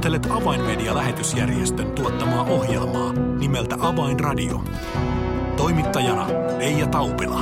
Kuuntelet Avainmedia-lähetysjärjestön tuottamaa ohjelmaa nimeltä Avainradio. Toimittajana Leija Taupila.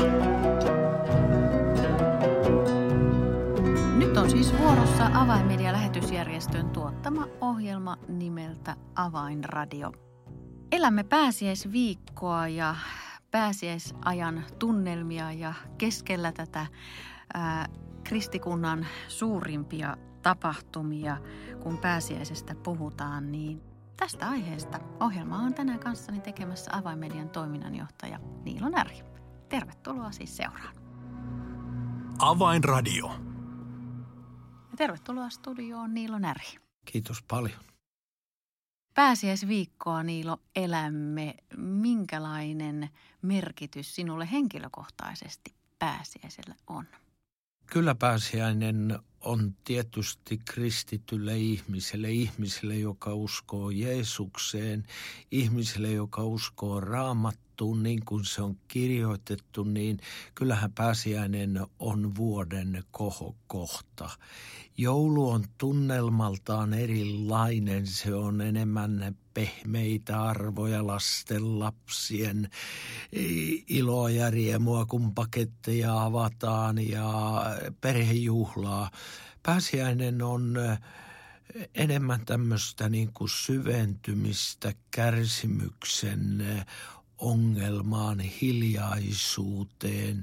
Nyt on siis vuorossa Avainmedia-lähetysjärjestön tuottama ohjelma nimeltä Avainradio. Elämme pääsiäisviikkoa ja pääsiäisajan tunnelmia ja keskellä tätä kristikunnan suurimpia tapahtumia, kun pääsiäisestä puhutaan, niin tästä aiheesta ohjelmaa on tänään kanssani tekemässä Avainmedian toiminnanjohtaja Niilo Närhi. Tervetuloa siis seuraan. Avainradio. Ja tervetuloa studioon Niilo Närhi. Kiitos paljon. Pääsiäisviikkoa, Niilo, elämme. Minkälainen merkitys sinulle henkilökohtaisesti pääsiäisellä on? Kyllä pääsiäinen on tietysti kristitylle ihmiselle, joka uskoo Jeesukseen, ihmiselle, joka uskoo Raamattuun, niin kuin se on kirjoitettu, niin kyllähän pääsiäinen on vuoden kohokohta. Joulu on tunnelmaltaan erilainen, se on enemmän pehmeitä arvoja, lasten, lapsien iloa ja riemua, kun paketteja avataan ja perhejuhlaa. Pääsiäinen on enemmän tämmöistä niin kuin syventymistä kärsimyksen ongelmaan, hiljaisuuteen,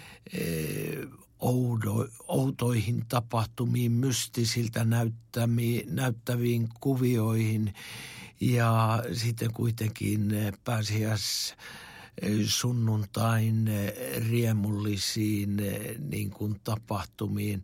outoihin tapahtumiin, mystisiltä näyttäviin kuvioihin ja sitten kuitenkin sunnuntain riemullisiin niin kuin tapahtumiin.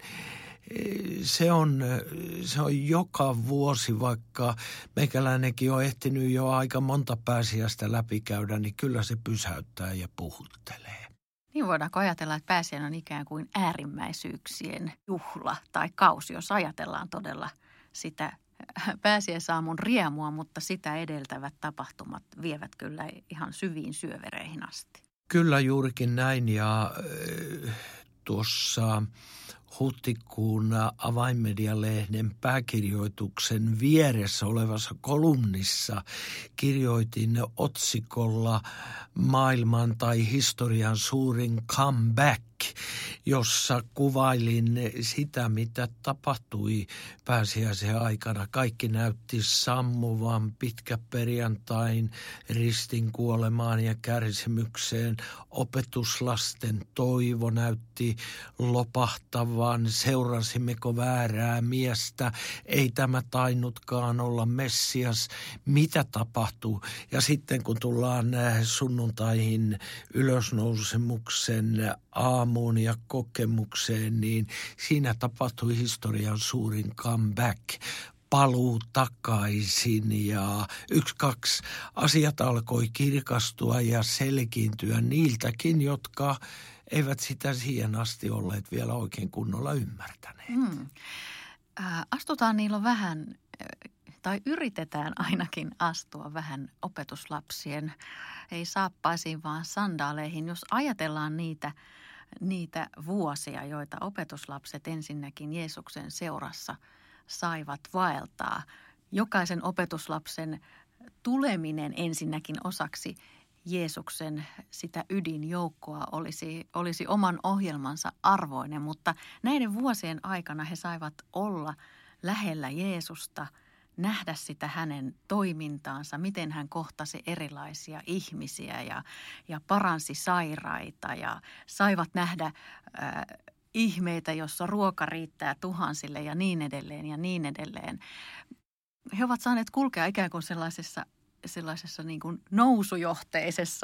Se on joka vuosi, vaikka meikäläinenkin on ehtinyt jo aika monta pääsiäistä läpikäydä, niin kyllä se pysäyttää ja puhuttelee. Niin voidaanko ajatella, että pääsiäinen on ikään kuin äärimmäisyyksien juhla tai kausi, jos ajatellaan todella sitä pääsiäisaamun riemua, mutta sitä edeltävät tapahtumat vievät kyllä ihan syviin syövereihin asti. Kyllä juurikin näin ja tuossa huhtikuun Avainmedia-lehden pääkirjoituksen vieressä olevassa kolumnissa kirjoitin otsikolla maailman tai historian suurin comeback, jossa kuvailin sitä, mitä tapahtui pääsiäisen aikana. Kaikki näytti sammuvan pitkäperjantain ristin kuolemaan ja kärsimykseen. Opetuslasten toivo näytti lopahtavan. Seurasimmeko väärää miestä? Ei tämä tainnutkaan olla Messias. Mitä tapahtuu? Ja sitten kun tullaan sunnuntaihin ylösnousemuksen aamuun ja kokemukseen, niin siinä tapahtui historian suurin comeback, paluu takaisin ja 1-2 asiat alkoi kirkastua ja selkiintyä niiltäkin, jotka eivät sitä siihen asti olleet vielä oikein kunnolla ymmärtäneet. Astutaan Niilo vähän, tai yritetään ainakin astua vähän opetuslapsien, ei saappaisiin vaan sandaaleihin. Jos ajatellaan niitä vuosia, joita opetuslapset ensinnäkin Jeesuksen seurassa saivat vaeltaa. Jokaisen opetuslapsen tuleminen ensinnäkin osaksi Jeesuksen sitä ydinjoukkoa olisi oman ohjelmansa arvoinen, mutta näiden vuosien aikana he saivat olla lähellä Jeesusta, nähdä sitä hänen toimintaansa, miten hän kohtasi erilaisia ihmisiä ja paransi sairaita ja saivat nähdä ihmeitä, jossa ruoka riittää tuhansille ja niin edelleen ja niin edelleen. He ovat saaneet kulkea ikään kuin sellaisessa niin kuin nousujohteisessa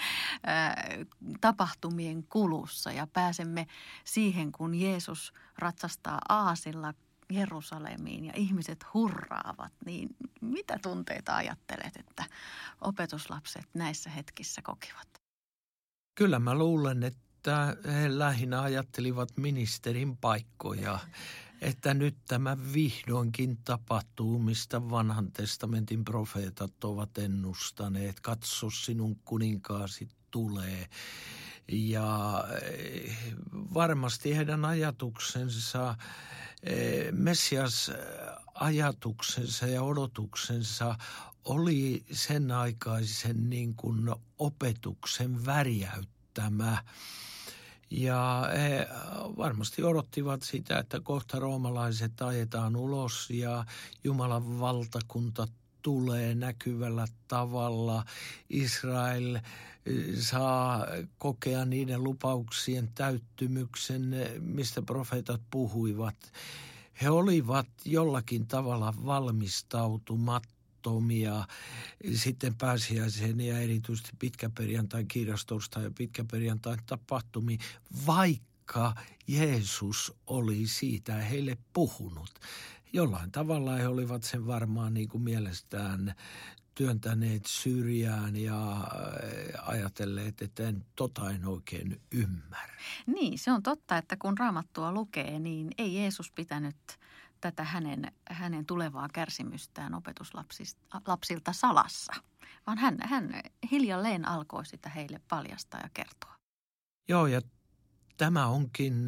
tapahtumien kulussa ja pääsemme siihen, kun Jeesus ratsastaa aasilla Jerusalemiin ja ihmiset hurraavat, niin mitä tunteita ajattelet, että opetuslapset näissä hetkissä kokivat? Kyllä mä luulen, että he lähinnä ajattelivat ministerin paikkoja, että nyt tämä vihdoinkin tapahtuu, mistä vanhan testamentin profeetat ovat ennustaneet. Katso, sinun kuninkaasi tulee. Ja varmasti heidän ajatuksensa Messias ajatuksensa ja odotuksensa oli sen aikaisen niin kuin opetuksen värjäyttämä. Ja he varmasti odottivat sitä, että kohta roomalaiset ajetaan ulos ja Jumalan valtakunta tulee näkyvällä tavalla. Israel saa kokea niiden lupauksien täyttymyksen, mistä profeetat puhuivat. He olivat jollakin tavalla valmistautumattomia sitten pääsiäisen ja erityisesti pitkäperjantain kirjastosta ja pitkäperjantain tapahtumiin, vaikka Jeesus oli siitä heille puhunut. Jollain tavalla he olivat sen varmaan niin kuin mielestään työntäneet syrjään ja ajatelleet, että en oikein ymmärrä. Niin, se on totta, että kun Raamattua lukee, niin ei Jeesus pitänyt tätä hänen tulevaa kärsimystään opetuslapsilta salassa, vaan hän hiljalleen alkoi sitä heille paljastaa ja kertoa. Joo, ja tämä onkin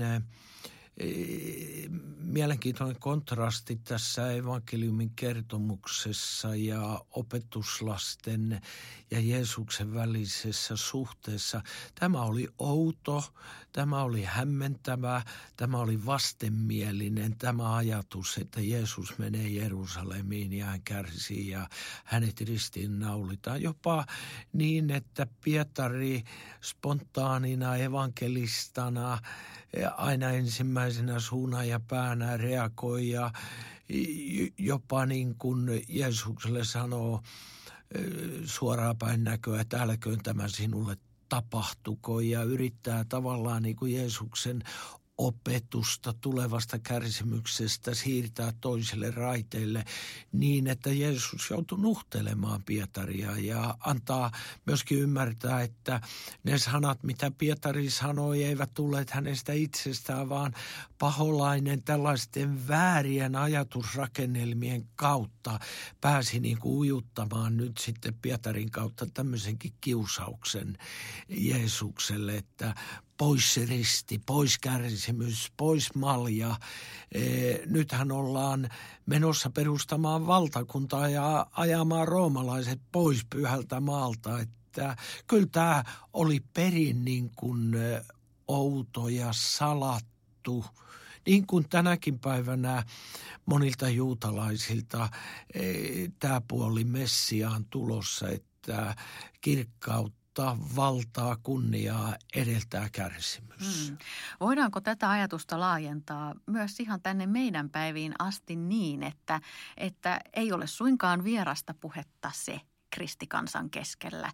mielenkiintoinen kontrasti tässä evankeliumin kertomuksessa ja opetuslasten ja Jeesuksen välisessä suhteessa. Tämä oli outo, tämä oli hämmentävä, tämä oli vastenmielinen tämä ajatus, että Jeesus menee Jerusalemiin ja hän kärsii ja hänet ristiinnaulitaan. Jopa niin, että Pietari spontaanina evankelistana aina ensimmäisenä suuna ja päänä reagoi ja jopa niin kuin Jeesukselle sanoo suoraan päin näköä, että älköön tämä sinulle tapahtuko ja yrittää tavallaan niin kuin Jeesuksen opetusta tulevasta kärsimyksestä siirtää toiselle raiteille niin, että Jeesus joutui nuhtelemaan Pietaria ja antaa myöskin ymmärtää, että ne sanat, mitä Pietari sanoi, eivät tulleet hänestä itsestään, vaan paholainen tällaisten väärien ajatusrakennelmien kautta pääsi niin kuin ujuttamaan nyt sitten Pietarin kautta tämmöisenkin kiusauksen Jeesukselle, että pois se risti, pois kärsimys, pois malja. Nythän ollaan menossa perustamaan valtakuntaa ja ajamaan roomalaiset pois pyhältä maalta. Että kyllä tämä oli perin niin kuin outo ja salattu. Niin kuin tänäkin päivänä monilta juutalaisilta tämä puoli Messiaan tulossa, että kirkkautta, valtaa, kunniaa edeltää kärsimys. Voidaanko tätä ajatusta laajentaa myös ihan tänne meidän päiviin asti niin, että ei ole suinkaan vierasta puhetta se kristikansan keskellä,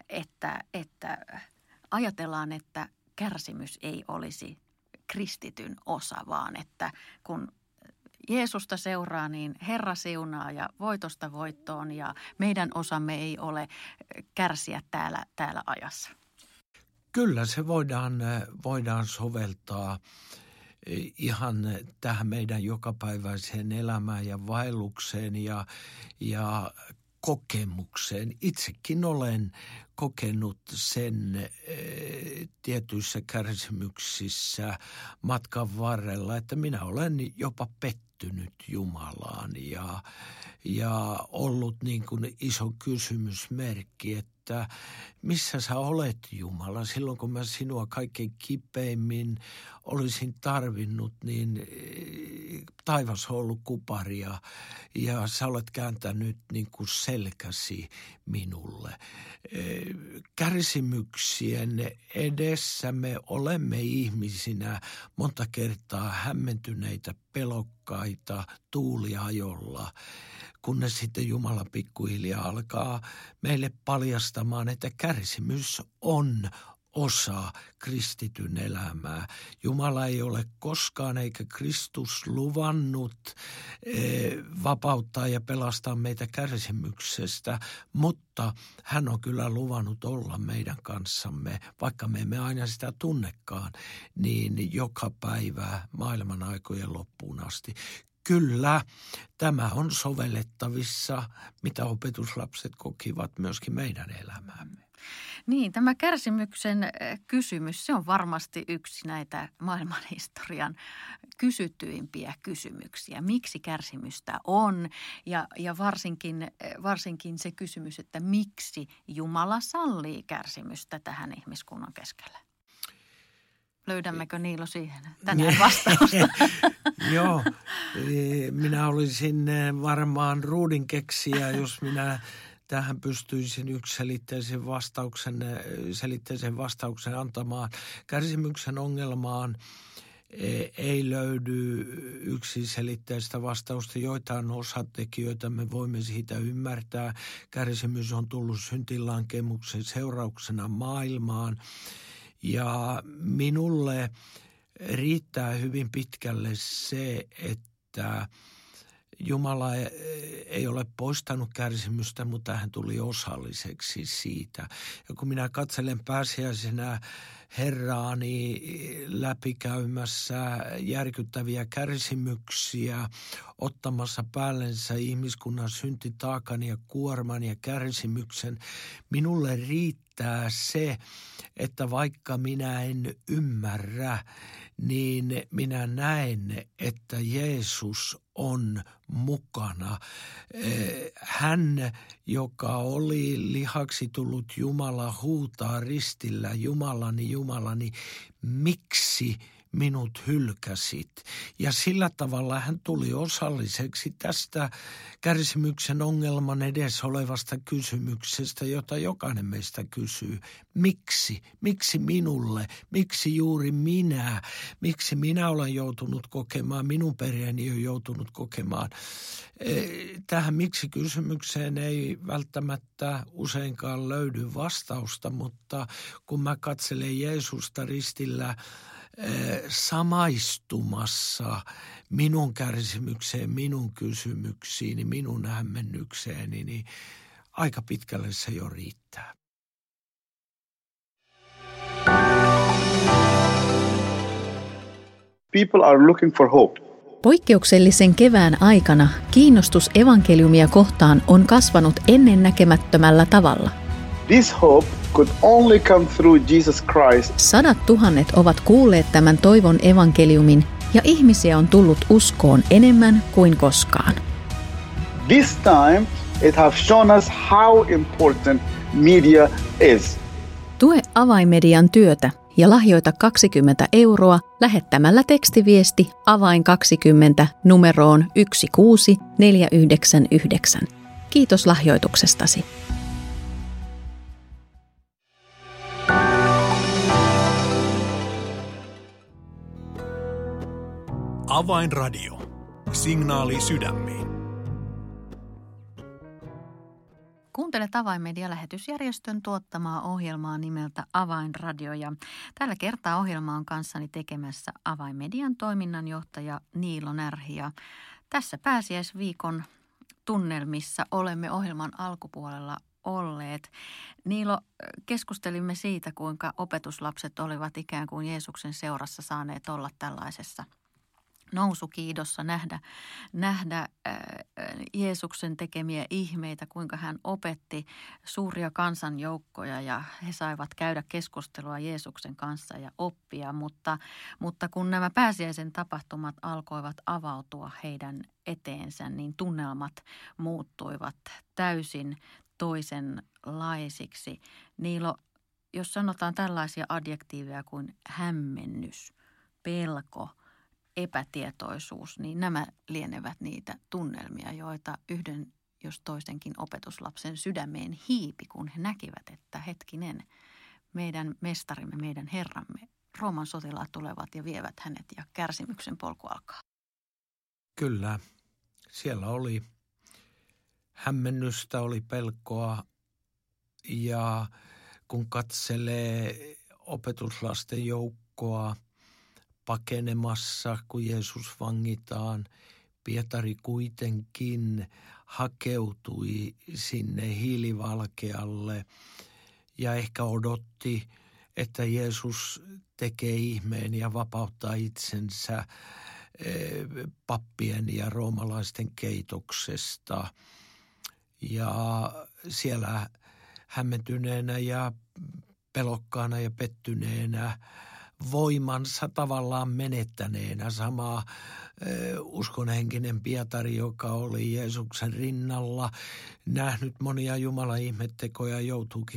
että ajatellaan, että kärsimys ei olisi kristityn osa, vaan että kun Jeesusta seuraa, niin Herra siunaa ja voitosta voittoon ja meidän osamme ei ole kärsiä täällä ajassa. Kyllä se voidaan soveltaa ihan tähän meidän jokapäiväiseen elämään ja vaellukseen ja kokemukseen. Itsekin olen kokenut sen tietyissä kärsimyksissä matkan varrella, että minä olen jopa pettynyt Jumalaan ja ollut niin kuin iso kysymysmerkki, että missä sä olet Jumala? Silloin kun mä sinua kaikkein kipeimmin olisin tarvinnut, niin taivas on ollut kuparia ja sä olet kääntänyt niin kuin selkäsi minulle. Kärsimyksien edessä me olemme ihmisinä monta kertaa hämmentyneitä, pelokkaita, tuuliajolla, kunnes sitten Jumala pikkuhiljaa alkaa meille paljastamaan, että kärsimys on osa kristityn elämää. Jumala ei ole koskaan eikä Kristus luvannut vapauttaa ja pelastaa meitä kärsimyksestä, mutta hän on kyllä luvannut olla meidän kanssamme, vaikka me emme aina sitä tunnekaan, niin joka päivä maailman aikojen loppuun asti. Kyllä, tämä on sovellettavissa, mitä opetuslapset kokivat myöskin meidän elämäämme. Niin, tämä kärsimyksen kysymys, se on varmasti yksi näitä maailmanhistorian kysytyimpiä kysymyksiä. Miksi kärsimystä on ja varsinkin se kysymys, että miksi Jumala sallii kärsimystä tähän ihmiskunnan keskelle? Löydämmekö Niilo siihen tänään vastausta? Joo, minä olisin varmaan ruudinkeksijä, jos minä tähän pystyisin yksiselitteisen vastauksen antamaan. Kärsimyksen ongelmaan ei löydy yksiselitteistä vastausta. Joitain osatekijöitä me voimme siitä ymmärtää. Kärsimys on tullut syntilankemuksen seurauksena maailmaan. Ja minulle riittää hyvin pitkälle se, että Jumala ei ole poistanut kärsimystä, mutta hän tuli osalliseksi siitä. Ja kun minä katselen pääsiäisenä Herraani läpikäymässä järkyttäviä kärsimyksiä, ottamassa päällensä ihmiskunnan syntitaakan ja kuorman ja kärsimyksen, minulle riittää se, että vaikka minä en ymmärrä, niin minä näen, että Jeesus on mukana. Hän, joka oli lihaksi tullut Jumala, huutaa ristillä, Jumalani, Jumalani, miksi minut hylkäsit? Ja sillä tavalla hän tuli osalliseksi tästä kärsimyksen ongelman edessä olevasta kysymyksestä, jota jokainen meistä kysyy. Miksi? Miksi minulle? Miksi juuri minä? Miksi minä olen joutunut kokemaan? Minun perheeni on joutunut kokemaan. Tähän miksi-kysymykseen ei välttämättä useinkaan löydy vastausta, mutta kun mä katselen Jeesusta ristillä samaistumassa minun kärsimykseen, minun kysymyksiini, minun hämmennykseeni, niin aika pitkälle se jo riittää. People are looking for hope. Poikkeuksellisen kevään aikana kiinnostus evankeliumia kohtaan on kasvanut ennennäkemättömällä tavalla. This hope could only come through Jesus Christ. 100 000 ovat kuulleet tämän toivon evankeliumin ja ihmisiä on tullut uskoon enemmän kuin koskaan. This time it has shown us how important media is. Tue Avainmedian työtä ja lahjoita 20 € lähettämällä tekstiviesti avain 20 numeroon 16499. Kiitos lahjoituksestasi. Avainradio. Signaali sydämiin. Kuuntelet Avainmedia-lähetysjärjestön tuottamaa ohjelmaa nimeltä Avainradio ja tällä kertaa ohjelma on kanssani tekemässä Avainmedian toiminnanjohtaja Niilo Närhi. Ja tässä pääsiäisviikon tunnelmissa olemme ohjelman alkupuolella olleet. Niilo, keskustelimme siitä, kuinka opetuslapset olivat ikään kuin Jeesuksen seurassa saaneet olla tällaisessa nousukiidossa, nähdä Jeesuksen tekemiä ihmeitä, kuinka hän opetti suuria kansanjoukkoja ja he saivat käydä keskustelua Jeesuksen kanssa ja oppia, mutta kun nämä pääsiäisen tapahtumat alkoivat avautua heidän eteensä, niin tunnelmat muuttuivat täysin toisenlaisiksi. Niilo, jos sanotaan tällaisia adjektiiveja kuin hämmennys, pelko, epätietoisuus, niin nämä lienevät niitä tunnelmia, joita yhden jos toisenkin opetuslapsen sydämeen hiipi, kun he näkivät, että hetkinen, meidän mestarimme, meidän Herramme, Rooman sotilaat tulevat ja vievät hänet ja kärsimyksen polku alkaa. Kyllä, siellä oli hämmennystä, oli pelkoa ja kun katselee opetuslasten joukkoa pakenemassa, kun Jeesus vangitaan, Pietari kuitenkin hakeutui sinne hiilivalkealle ja ehkä odotti, että Jeesus tekee ihmeen ja vapauttaa itsensä pappien ja roomalaisten keitoksesta. Ja siellä hämmentyneenä ja pelokkaana ja pettyneenä, voimansa tavallaan menettäneenä. Sama uskonhenkinen Pietari, joka oli Jeesuksen rinnalla, nähnyt monia Jumalan ihmettekoja, joutuukin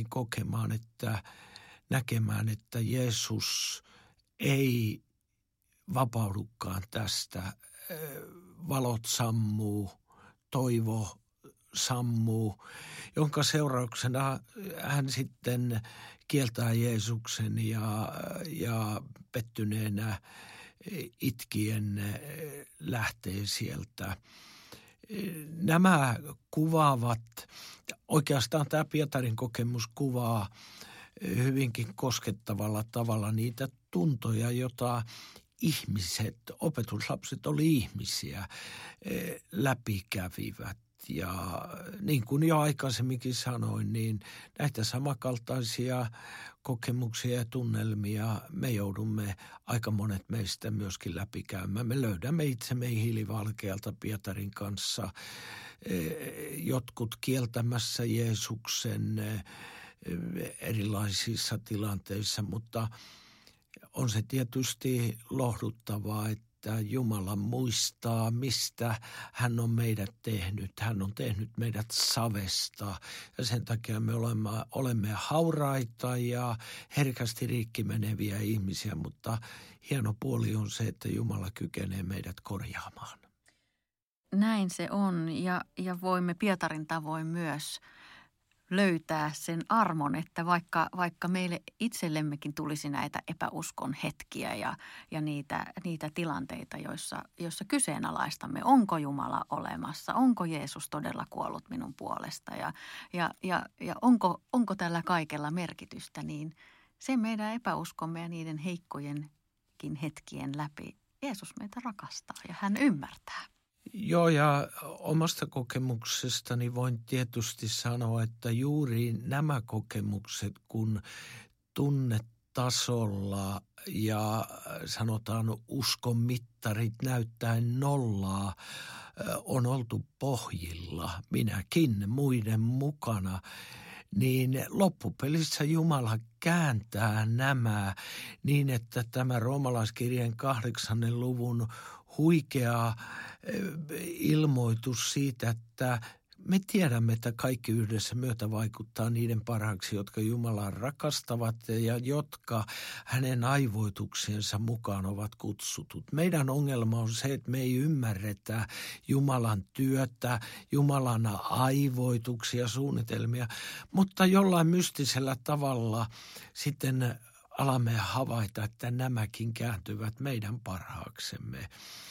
näkemään, että Jeesus ei vapaudukaan tästä. Valot sammuu, toivo sammuu, jonka seurauksena hän sitten kieltää Jeesuksen ja pettyneenä itkien lähtee sieltä. Nämä kuvaavat, oikeastaan tämä Pietarin kokemus kuvaa hyvinkin koskettavalla tavalla niitä tuntoja, joita ihmiset, opetuslapset oli ihmisiä, läpikävivät. Ja niin kuin jo aikaisemminkin sanoin, niin näitä samankaltaisia kokemuksia ja tunnelmia me joudumme aika monet meistä myöskin läpikäymään. Me löydämme itsemme hiilivalkealta Pietarin kanssa, jotkut kieltämässä Jeesuksen erilaisissa tilanteissa, mutta on se tietysti lohduttavaa, että Jumala muistaa, mistä hän on meidät tehnyt. Hän on tehnyt meidät savesta ja sen takia me olemme hauraita ja herkästi rikki meneviä ihmisiä, mutta hieno puoli on se, että Jumala kykenee meidät korjaamaan. Näin se on ja voimme Pietarin tavoin myös löytää sen armon, että vaikka meille itsellemmekin tulisi näitä epäuskon hetkiä ja niitä tilanteita, joissa kyseenalaistamme, onko Jumala olemassa, onko Jeesus todella kuollut minun puolesta ja onko tällä kaikella merkitystä, niin se meidän epäuskomme ja niiden heikkojenkin hetkien läpi Jeesus meitä rakastaa ja hän ymmärtää. Joo, ja omasta kokemuksestani voin tietysti sanoa, että juuri nämä kokemukset, kun tunnetasolla ja sanotaan uskon mittarit näyttäen nollaa, on oltu pohjilla, minäkin muiden mukana, niin loppupelissä Jumala kääntää nämä niin, että tämä roomalaiskirjeen 8. luvun huikea ilmoitus siitä, että me tiedämme, että kaikki yhdessä myötä vaikuttaa niiden parhaaksi, jotka Jumalaa rakastavat ja jotka hänen aivoituksiensa mukaan ovat kutsutut. Meidän ongelma on se, että me ei ymmärretä Jumalan työtä, Jumalan aivoituksia, suunnitelmia, mutta jollain mystisellä tavalla sitten alamme havaita, että nämäkin kääntyvät meidän parhaaksemme.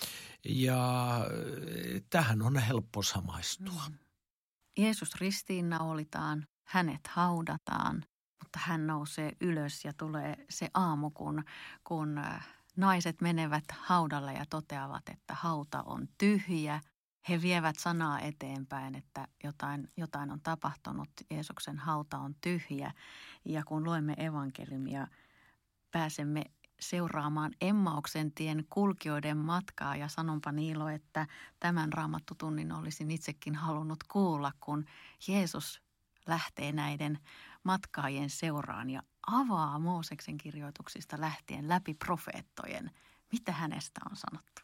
Ja tähän on helppo samaistua. Jeesus ristiinnaulitaan, hänet haudataan, mutta hän nousee ylös ja tulee se aamu, kun naiset menevät haudalle ja toteavat, että hauta on tyhjä. He vievät sanaa eteenpäin, että jotain on tapahtunut, Jeesuksen hauta on tyhjä. Ja kun luemme evankeliumia, pääsemme seuraamaan Emmauksen tien kulkijoiden matkaa ja sanonpa Niilo, että tämän raamattutunnin olisin itsekin halunnut kuulla, kun Jeesus lähtee näiden matkaajien seuraan ja avaa Mooseksen kirjoituksista lähtien läpi profeettojen. Mitä hänestä on sanottu?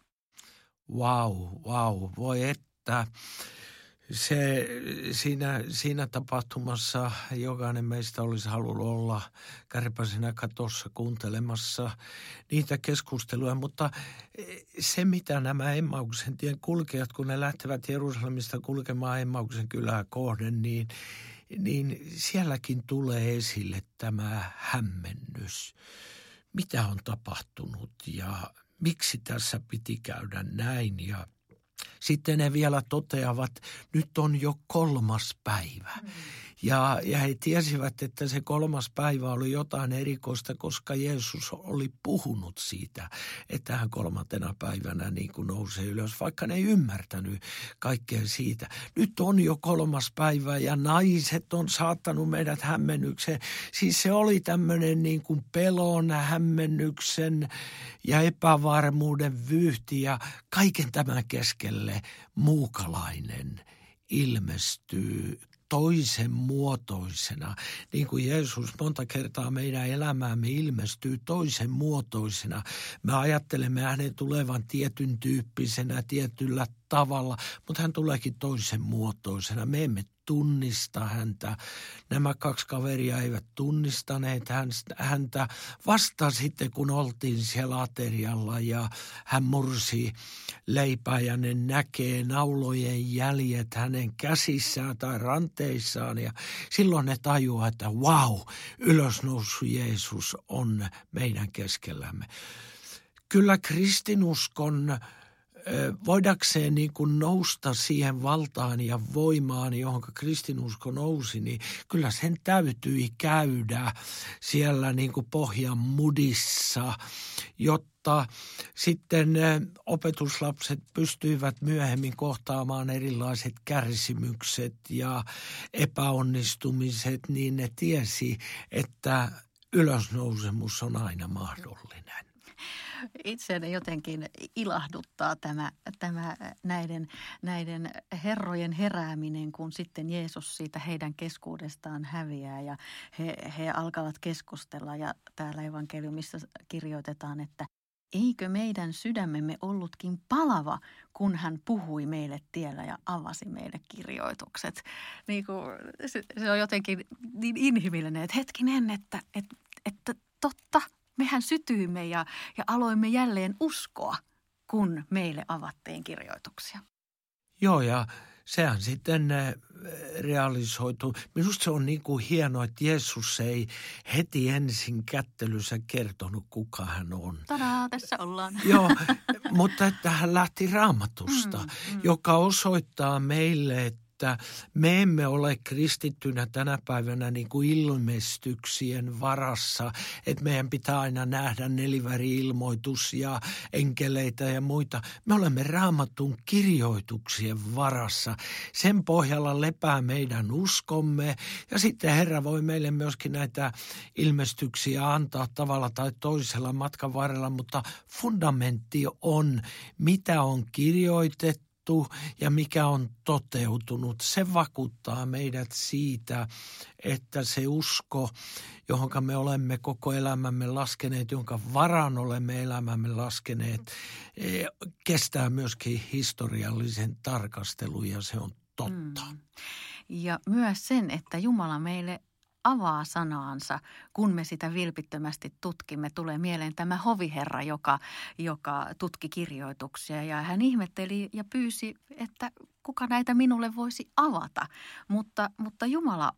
Vau, voi että. Siinä tapahtumassa jokainen meistä olisi halunnut olla kärpäisenä katossa kuuntelemassa niitä keskusteluja, mutta se mitä nämä Emmauksen tien kulkijat, kun ne lähtevät Jerusalemista kulkemaan Emmauksen kylää kohden, niin sielläkin tulee esille tämä hämmennys. Mitä on tapahtunut ja miksi tässä piti käydä näin ja sitten ne vielä toteavat, nyt on jo 3. päivä. Ja he tiesivät, että se 3. päivä oli jotain erikoista, koska Jeesus oli puhunut siitä, että hän 3. päivänä niin kuin nousee ylös, vaikka ne ei ymmärtänyt kaikkea siitä. Nyt on jo 3. päivä ja naiset on saattanut meidät hämmennykseen. Siis se oli tämmöinen niin kuin pelon, hämmennyksen ja epävarmuuden vyyhti ja kaiken tämän keskelle muukalainen ilmestyy toisen muotoisena. Niin kuin Jeesus monta kertaa meidän elämäämme ilmestyy toisen muotoisena. Me ajattelemme hänen tulevan tietyn tyyppisenä, tietyllä tavalla, mutta hän tuleekin toisen muotoisena. Me emme tunnista häntä. Nämä 2 kaveria eivät tunnistaneet häntä vasta sitten, kun oltiin siellä aterialla ja hän mursi leipää ja ne näkee naulojen jäljet hänen käsissään tai ranteissaan ja silloin ne tajuaa, että ylösnoussut Jeesus on meidän keskellämme. Kyllä kristinuskon voidakseen niin kuin nousta siihen valtaan ja voimaan, johon kristinusko nousi, niin kyllä sen täytyi käydä siellä niin kuin pohjan mudissa, jotta sitten opetuslapset pystyivät myöhemmin kohtaamaan erilaiset kärsimykset ja epäonnistumiset, niin ne tiesi, että ylösnousemus on aina mahdollinen. Itseäni jotenkin ilahduttaa tämä näiden herrojen herääminen, kun sitten Jeesus siitä heidän keskuudestaan häviää ja he alkavat keskustella. Ja täällä evankeliumissa kirjoitetaan, että eikö meidän sydämemme ollutkin palava, kun hän puhui meille tiellä ja avasi meille kirjoitukset. Niin kuin, se on jotenkin niin inhimillinen, että hetkinen, että totta. Mehän sytyimme ja aloimme jälleen uskoa, kun meille avattiin kirjoituksia. Joo, ja sehän sitten realisoituu. Minusta se on niin kuin hienoa, että Jeesus ei heti ensin kättelyssä kertonut, kuka hän on. Tadaa, tässä ollaan. Joo, mutta että hän lähti Raamatusta, joka osoittaa meille, että me emme ole kristittynä tänä päivänä niin kuin ilmestyksien varassa, että meidän pitää aina nähdä neliväri-ilmoitus ja enkeleitä ja muita. Me olemme Raamatun kirjoituksien varassa. Sen pohjalla lepää meidän uskomme ja sitten Herra voi meille myöskin näitä ilmestyksiä antaa tavalla tai toisella matkan varrella, mutta fundamentti on, mitä on kirjoitettu ja mikä on toteutunut. Se vakuuttaa meidät siitä, että se usko, johonka me olemme koko elämämme laskeneet, jonka varaan olemme elämämme laskeneet, kestää myöskin historiallisen tarkastelun ja se on totta. Ja myös sen, että Jumala meille avaa sanaansa, kun me sitä vilpittömästi tutkimme. Tulee mieleen tämä hoviherra, joka tutki kirjoituksia ja hän ihmetteli ja pyysi, että kuka näitä minulle voisi avata. Mutta Jumala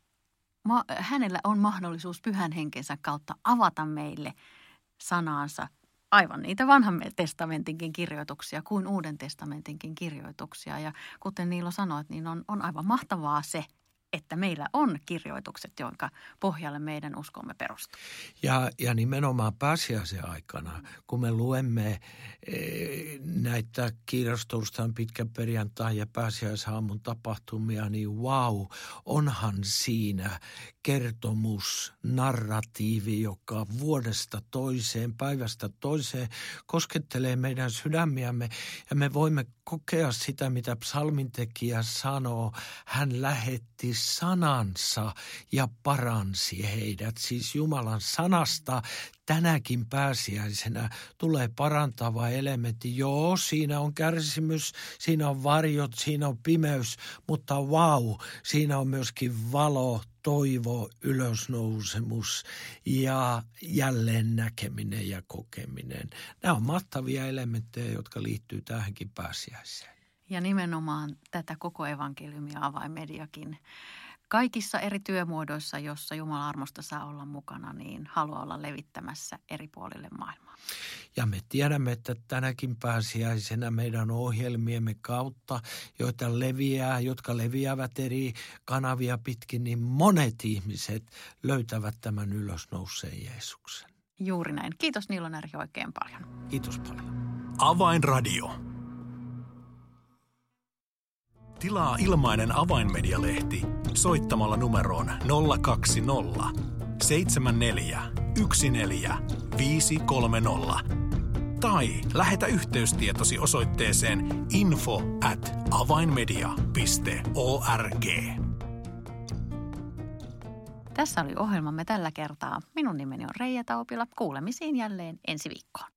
hänellä on mahdollisuus Pyhän Henkensä kautta avata meille sanaansa. Aivan niitä vanhan testamentinkin kirjoituksia kuin Uuden testamentinkin kirjoituksia. Ja kuten Niilo sanoit, niin on aivan mahtavaa se, että meillä on kirjoitukset, jonka pohjalle meidän uskomme perustuu. Ja nimenomaan pääsiäisen aikana, kun me luemme näitä kirjastorstain, pitkäperjantain ja pääsiäisaamun tapahtumia, niin onhan siinä kertomus, narratiivi, joka vuodesta toiseen, päivästä toiseen koskettelee meidän sydämiämme ja me voimme kokea sitä, mitä psalmintekijä sanoo. Hän lähetti sanansa ja paransi heidät. Siis Jumalan sanasta tänäkin pääsiäisenä tulee parantava elementti. Joo, siinä on kärsimys, siinä on varjot, siinä on pimeys, mutta siinä on myöskin valo, toivo, ylösnousemus ja jälleen näkeminen ja kokeminen. Nämä on mahtavia elementtejä, jotka liittyy tähänkin pääsiäiseen. Ja nimenomaan tätä koko evankeliumia avainmediakin. Kaikissa eri työmuodoissa, jossa Jumalan armosta saa olla mukana, niin haluaa olla levittämässä eri puolille maailmaa. Ja me tiedämme, että tänäkin pääsiäisenä meidän ohjelmiemme kautta, jotka leviävät eri kanavia pitkin, niin monet ihmiset löytävät tämän ylösnouseen Jeesuksen. Juuri näin. Kiitos Niilo Närhi oikein paljon. Kiitos paljon. Avainradio. Tilaa ilmainen Avainmedia-lehti soittamalla numeroon 020 74 14 530 tai lähetä yhteystietosi osoitteeseen info@avainmedia.org. Tässä oli ohjelmamme tällä kertaa. Minun nimeni on Reija Taupila. Kuulemisiin jälleen ensi viikkoon.